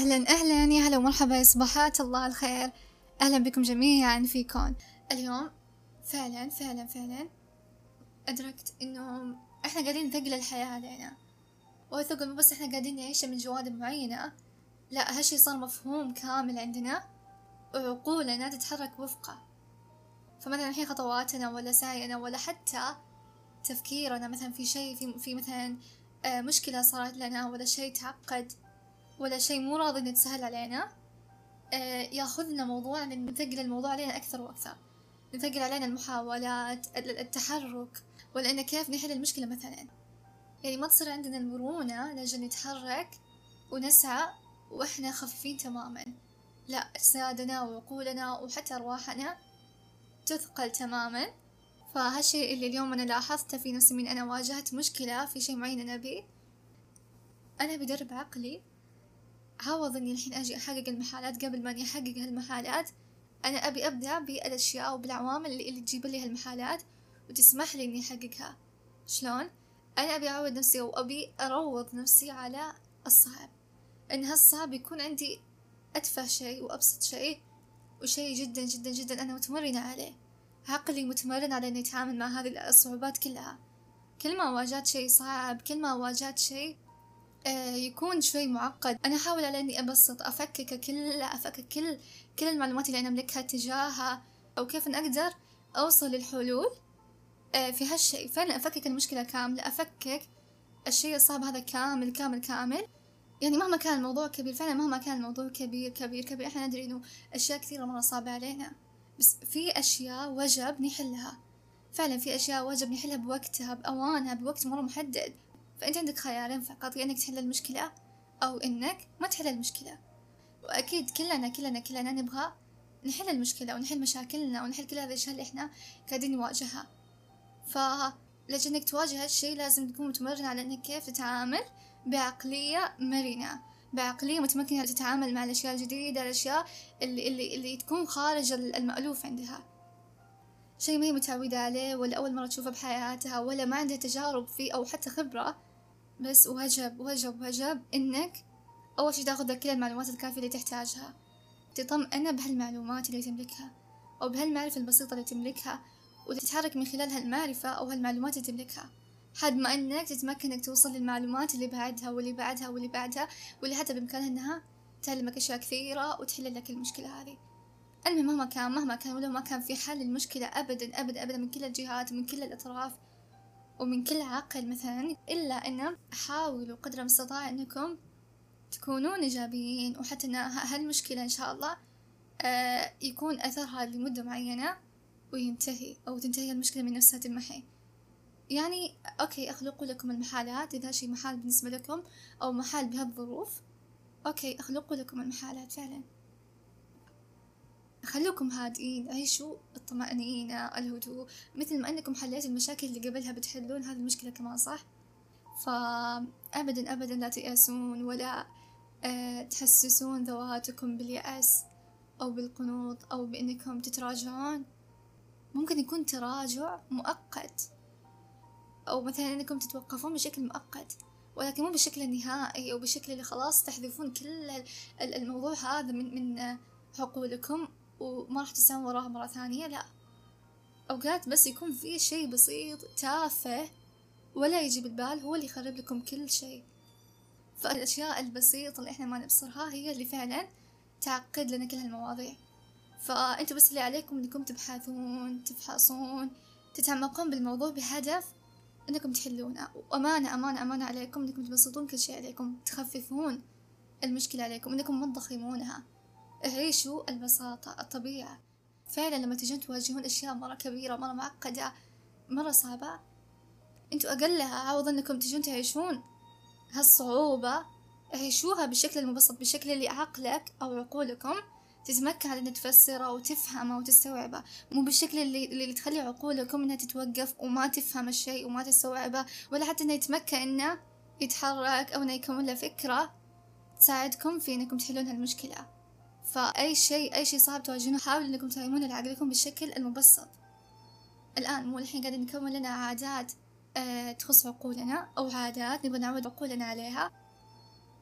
أهلا أهلا، يا هلا ومرحبا، يا صباحات الله الخير. أهلا بكم جميعا في كون. اليوم فعلا فعلا فعلا أدركت إنه إحنا قاعدين نثقل الحياة علينا، وثقل مو بس إحنا قاعدين نعيشها من جوانب معينة، لا هالشي صار مفهوم كامل عندنا وعقولنا تتحرك وفقه. فمثلا الحين خطواتنا ولا سعينا ولا حتى تفكيرنا مثلا في شيء في مثلا مشكلة صارت لنا ولا شيء تعقد ولا شيء مو راضي نتسهل علينا، ياخذنا موضوع ان نثقل الموضوع علينا اكثر واكثر، نثقل علينا المحاولات التحرك ولا ان كيف نحل المشكلة مثلا. يعني ما تصير عندنا المرونة لأجل نتحرك ونسعى واحنا خفيفين تماما، لا اجسادنا وعقولنا وحتى ارواحنا تثقل تماما. فهالشيء اللي اليوم انا لاحظته في نفسي، من انا واجهت مشكلة في شيء معين انا بدرب عقلي، عوض اني الحين اجي احقق المحالات. قبل ما اني احقق هالمحالات انا ابي ابدأ بالاشياء وبالعوامل اللي تجيب لي هالمحالات وتسمح لي اني احققها. شلون؟ انا ابي اعود نفسي او ابي اروض نفسي على الصعب، ان هالصعب يكون عندي اتفه شيء وابسط شيء وشيء جدا جدا جدا انا متمرنة عليه. عقلي متمرن على انه يتعامل مع هذه الصعوبات كلها. كل ما واجهت شيء صعب، كل ما واجهت شيء يكون شوي معقد، أنا أحاول على إني أبسط، أفكك كل المعلومات اللي أنا أملكها تجاهها، أو كيف أن أقدر أوصل للحلول في هالشيء. فأنا أفكك المشكلة كاملة، أفكك الشيء الصعب هذا كامل كامل كامل. يعني مهما كان الموضوع كبير، فعلا مهما كان الموضوع كبير كبير كبير، إحنا ندري إنه أشياء كثيرة مرة صعبة علينا، بس في أشياء وجب نحلها. فعلا في أشياء وجب نحلها بوقتها بأوانها بوقت مرة محدد. فأنت عندك خيارين فقط، إنك تحل المشكلة أو إنك ما تحل المشكلة. وأكيد كلنا نبغى نحل المشكلة ونحل مشاكلنا ونحل كل هذه الأشياء اللي إحنا قاعدين نواجهها. فلجل إنك تواجه هالشي لازم تكون متمرن على إنك كيف تتعامل بعقلية مرنة، بعقلية متمكنة تتعامل مع الأشياء الجديدة، الأشياء اللي تكون خارج المألوف عندها، شيء ما هي متعودة عليه ولا أول مرة تشوفه بحياتها ولا ما عندها تجارب فيه أو حتى خبرة. بس وجب إنك أول شي تاخذ كل المعلومات الكافية اللي تحتاجها، تطمئن بهالمعلومات اللي تملكها أو بهالمعرفة البسيطة اللي تملكها، وتتحرك من خلال هالمعرفة أو هالمعلومات اللي تملكها، حد ما إنك تتمكن إنك توصل للمعلومات اللي بعدها واللي بعدها واللي بعدها، واللي حتى بإمكانها إنها تعلمك أشياء كثيرة وتحل لك المشكلة هذه. المهم مهما كان ولو ما كان في حل المشكلة أبدا أبدا أبدا من كل الجهات ومن كل الأطراف ومن كل عقل مثلا، إلا أن حاولوا قدر المستطاع أنكم تكونون إيجابيين، وحتى أن هالمشكلة إن شاء الله يكون أثرها لمدة معينة وينتهي، أو تنتهي المشكلة من نفسها تمحي. يعني أوكي، أخلقوا لكم المحالات إذا شيء محال بالنسبة لكم أو محال بهالظروف، أوكي أخلقوا لكم المحالات فعلا. خلوكم هادئين، عيشوا الطمأنينة الهدوء، مثل ما أنكم حليت المشاكل اللي قبلها بتحلون هذه المشكلة كمان، صح؟ فأبدا أبدا لا تيأسون ولا تحسسون ذواتكم باليأس أو بالقنوط أو بأنكم تتراجعون. ممكن يكون تراجع مؤقت أو مثلا أنكم تتوقفون بشكل مؤقت، ولكن مو بالشكل النهائي أو بالشكل اللي خلاص تحذفون كل الموضوع هذا من عقولكم وما راح تسعون وراها مرة ثانية. لا، أوقات بس يكون في شيء بسيط تافه ولا يجي بالبال هو اللي يخرب لكم كل شيء. فالأشياء البسيطة اللي إحنا ما نبصرها هي اللي فعلا تعقد لنا كل هالمواضيع. فأنتوا بس اللي عليكم إنكم تبحثون، تفحصون، تتعمقون بالموضوع بهدف إنكم تحلونه، وأمانة أمانة أمانة عليكم إنكم تبسطون كل شيء عليكم، تخففون المشكلة عليكم، إنكم ما تضخمونها. عيشوا البساطة الطبيعة. فعلا لما تجون تواجهون أشياء مرة كبيرة مرة معقدة مرة صعبة، انتوا أقلها عوض أنكم تجون تعيشون هالصعوبة، عيشوها بالشكل المبسط، بالشكل اللي عقلك أو عقولكم تتمكن على أن تفسره وتفهمه وتستوعبه، مو بالشكل اللي تخلي عقولكم أنها تتوقف وما تفهم الشيء وما تستوعبه، ولا حتى أنه يتمكن أنه يتحرك أو أنه يكون له فكرة تساعدكم في أنكم تحلون هالمشكلة. فأي شيء صعب تواجهونه حاولوا أنكم تفهمون لعقلكم بالشكل المبسط. الآن مو الحين قاعدين نكون لنا عادات تخص عقولنا أو عادات نبغى نعود عقولنا عليها،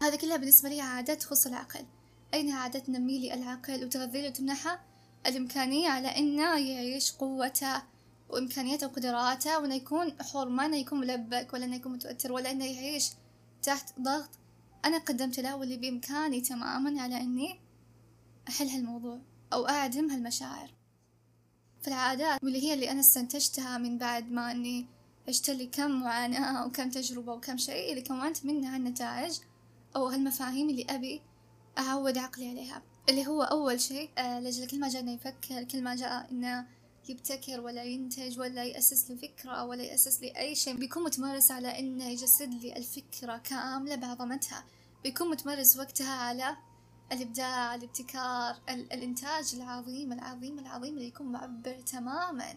هذه كلها بالنسبة لي عادات تخص العقل. أين عادات تنمي لي العقل وتغذي له وتمنحه الإمكانية على إنه يعيش قوته وإمكانياته وقدراته، وإنه يكون حر، ما إنه يكون ملبك ولا إنه يكون متوتر ولا إنه يعيش تحت ضغط أنا قدمت له، واللي بإمكاني تماما على إني أحل هالموضوع أو أعدم هالمشاعر. فالعادات واللي هي اللي أنا استنتجتها من بعد ما إني عشت لي كم معاناة وكم تجربة وكم شيء اللي كونت منها النتائج أو هالمفاهيم اللي أبي أعود عقلي عليها، اللي هو أول شيء لأجل كل ما جاء إنه يفكر، كل ما جاء إنه يبتكر ولا ينتج ولا يأسس لي فكرة ولا يأسس لي أي شيء، بيكون متمرس على إنه يجسد لي الفكرة كاملة بعظمتها، بيكون متمرس وقتها على الإبداع، الابتكار، الإنتاج العظيم العظيم العظيم اللي يكون معبر تماما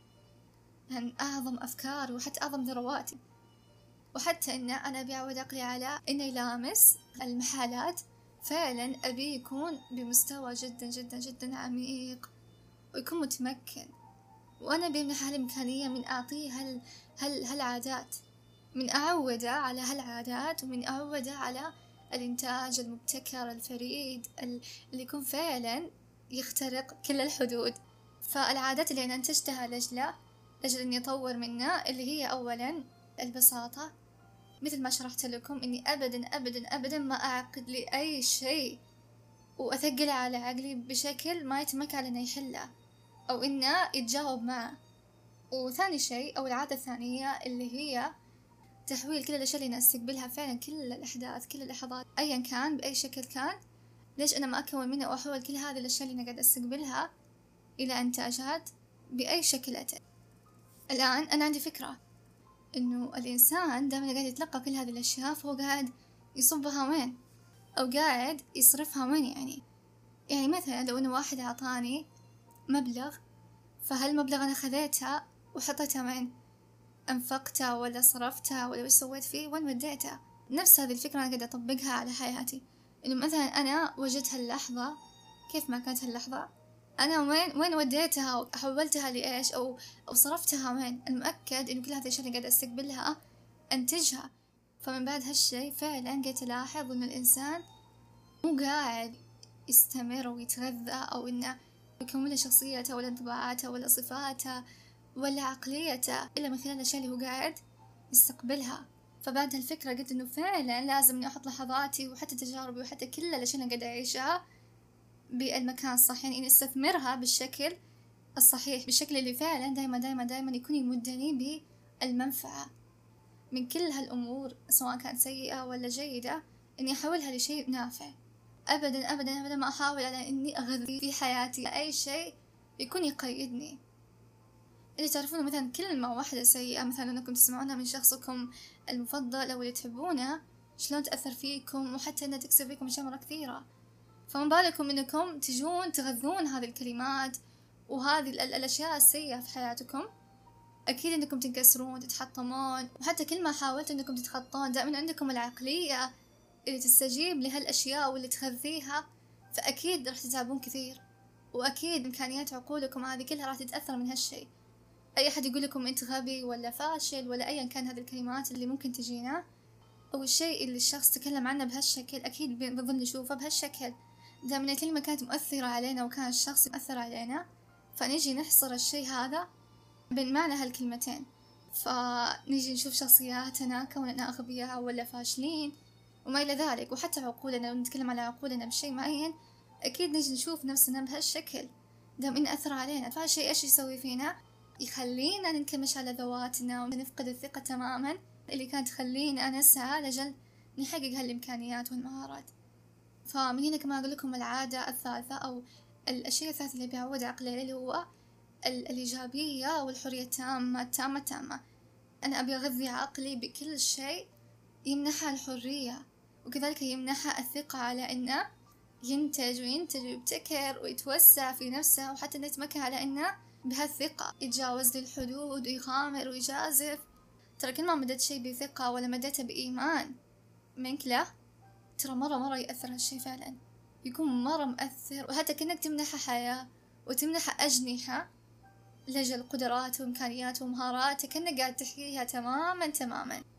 عن أعظم أفكاري وحتى أعظم ذرواتي. وحتى إن أنا أبي أعود عقلي على إنه يلامس المحالات، فعلا أبي يكون بمستوى جدا جدا جدا عميق ويكون متمكن، وأنا بمنح هالإمكانية من أعطيه هالعادات، من أعوده على هالعادات، ومن أعوده على الإنتاج المبتكر الفريد اللي يكون فعلا يخترق كل الحدود. فالعادات اللي أنا أنتجتها لأجل إني أطور منها اللي هي أولا البساطة، مثل ما شرحت لكم إني أبدا أبدا أبدا ما أعقد لي أي شيء وأثقل على عقلي بشكل ما يتمكن على إنه يحله أو إنه يتجاوب معه. وثاني شيء أو العادة الثانية اللي هي تحويل كل الأشياء اللي أنا أستقبلها، فعلا كل الأحداث كل اللحظات أيا كان بأي شكل كان، ليش أنا ما أكون منها وأحول كل هذه الأشياء اللي أنا قاعدة أستقبلها إلى إنتاجات بأي شكل أتت. الآن أنا عندي فكرة إنه الإنسان دائما قاعد يتلقى كل هذه الأشياء، فهو قاعد يصبها وين أو قاعد يصرفها وين. يعني مثلا لو إنه واحد أعطاني مبلغ، فهالمبلغ أنا خذيته وحطيته وين؟ أنفقته ولا صرفته ولا وش سويت فيه؟ وين وديته؟ نفس هذه الفكرة أنا قاعدة أطبقها على حياتي، إنه مثلا أنا وجدت هاللحظة كيف ما كانت هاللحظة، أنا وين وديتها وحولتها لإيش أو صرفتها وين. المؤكد إنه كل هذه الأشياء اللي قاعدة أستقبلها أنتجها. فمن بعد هالشي فعلا قيت ألاحظ إنه الإنسان مو قاعد يستمر ويتغذى أو إنه يكون له شخصيته ولا انطباعاته ولا صفاته ولا عقليته إلا من خلال الأشياء اللي هو قاعد يستقبلها. فبعد هالفكرة قلت إنه فعلا لازم إني أحط لحظاتي وحتى تجاربي وحتى كل الأشياء اللي قاعدة أعيشها بالمكان الصح، يعني إني أستثمرها بالشكل الصحيح، بالشكل اللي فعلا دايما دايما دايما يكون يمدني بالمنفعة من كل هالأمور سواء كانت سيئة ولا جيدة، إني أحولها لشيء نافع. أبدا أبدا أبدا ما أحاول على إني أغذي في حياتي أي شيء يكون يقيدني. اللي تعرفونه مثلا كلمة واحدة سيئة مثلا أنكم تسمعونها من شخصكم المفضل أو اللي تحبونه شلون تأثر فيكم، وحتى أنها تكسب فيكم أشياء مرة كثيرة. فما بالكم أنكم تجون تغذون هذه الكلمات وهذه الأشياء السيئة في حياتكم، أكيد أنكم تنكسرون تتحطمون. وحتى كل ما حاولت أنكم تتخطون دائما عندكم العقلية اللي تستجيب لهالأشياء واللي تغذيها، فأكيد راح تتعبون كثير، وأكيد إمكانيات عقولكم هذه كلها راح تتأثر من هالشيء. أي أحد يقول لكم أنت غبي ولا فاشل ولا أيا كان هذه الكلمات اللي ممكن تجينا، أو الشيء اللي الشخص تكلم عنه بهالشكل، أكيد بظل نشوفه بهالشكل. دائما الكلمة كانت مؤثرة علينا وكان الشخص مؤثر علينا، فنيجي نحصر الشيء هذا بين معنى هالكلمتين، فنيجي نشوف شخصياتنا كوننا أغبياء ولا فاشلين وما إلى ذلك. وحتى عقولنا، لو نتكلم على عقولنا بشيء معين أكيد نيجي نشوف نفسنا بهالشكل، دام إنه أثر علينا. فهالشيء إيش يسوي فينا؟ يخلينا ننكمش على ذواتنا ونفقد الثقة تماما اللي كانت تخلينا نسعى لجل نحقق هالإمكانيات والمهارات. فمن هنا كما أقول لكم العادة الثالثة أو الشيء الثالث اللي بيعود عقلي اللي هو الإيجابية والحرية التامة التامة التامة. أنا أبي أغذي عقلي بكل شيء يمنحها الحرية، وكذلك يمنحها الثقة على إنه ينتج ويبتكر ويتوسع في نفسه، وحتى إنه يتمكن على إنه بهالثقة يتجاوز الحدود ويغامر ويجازف. ترى كل ما مدت شيء بثقة ولا مدته بإيمان منك له، ترى مرة يأثر هالشي فعلا، يكون مرة مؤثر، وحتى كأنك تمنحه حياة وتمنحه أجنحة لجل قدرات وإمكانيات ومهارات كأنك قاعد تحييها تماما.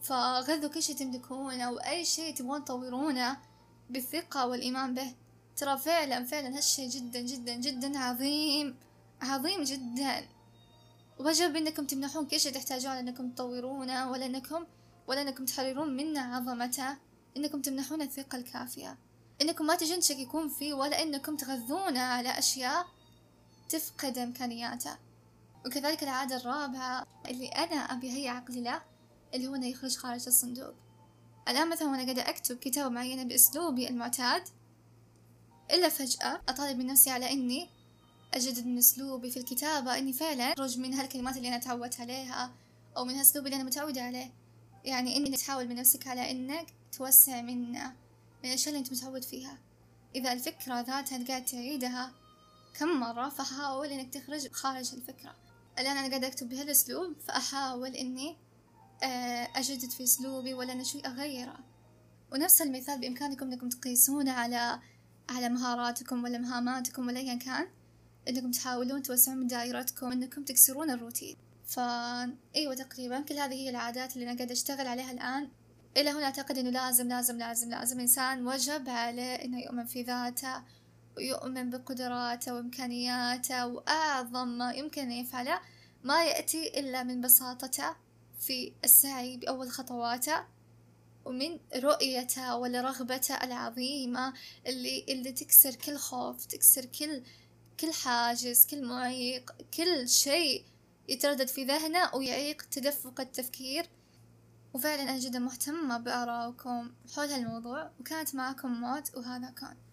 فغذوا كل شي تملكونه أو أي شي تبغون تطورونه بالثقة والإيمان به. ترى فعلا هالشي جدا جدا جدا عظيم، عظيم جدا. وجب انكم تمنحون كل شي تحتاجون انكم تطورونه، ولا انكم تحررون منه عظمته، انكم تمنحون الثقة الكافية، انكم ما تجون تشككون فيه، ولا انكم تغذونه على اشياء تفقد امكانياته. وكذلك العادة الرابعة اللي انا ابي هي عقلي له، اللي هو انه يخرج خارج الصندوق. الان مثلا وانا قاعدة اكتب كتابة معينة باسلوبي المعتاد، الا فجأة اطالب من نفسي على اني أجدد من أسلوبي في الكتابة، إني فعلا أخرج من هالكلمات اللي أنا تعودت عليها أو من هالأسلوب اللي أنا متعودة عليه. يعني إنك تحاول من نفسك على إنك توسع من الأشياء اللي أنت متعود فيها. إذا الفكرة ذاتها قاعد تعيدها كم مرة، فحاول إنك تخرج خارج الفكرة. الآن أنا قاعدة أكتب بهالأسلوب، فأحاول إني أجدد في أسلوبي ولا أنا شوي أغيره. ونفس المثال بإمكانكم إنكم تقيسونه على مهاراتكم ولا مهاماتكم ولا أيا كان، انكم تحاولون توسعون من دائرتكم، انكم تكسرون الروتين. ايوه تقريبا كل هذه هي العادات اللي انا قاعدة اشتغل عليها الان. الى هنا اعتقد انه لازم لازم لازم لازم الانسان وجب عليه انه يؤمن في ذاته، ويؤمن بقدراته وامكانياته، واعظم ما يمكن ان يفعله ما يأتي الا من بساطته في السعي باول خطواته، ومن رؤيته ولا رغبته العظيمة اللي تكسر كل خوف، تكسر كل حاجز، كل معيق، كل شيء يتردد في ذهنه ويعيق تدفق التفكير. وفعلا أنا جدا مهتمة بآرائكم حول هالموضوع، وكانت معكم موت، وهذا كان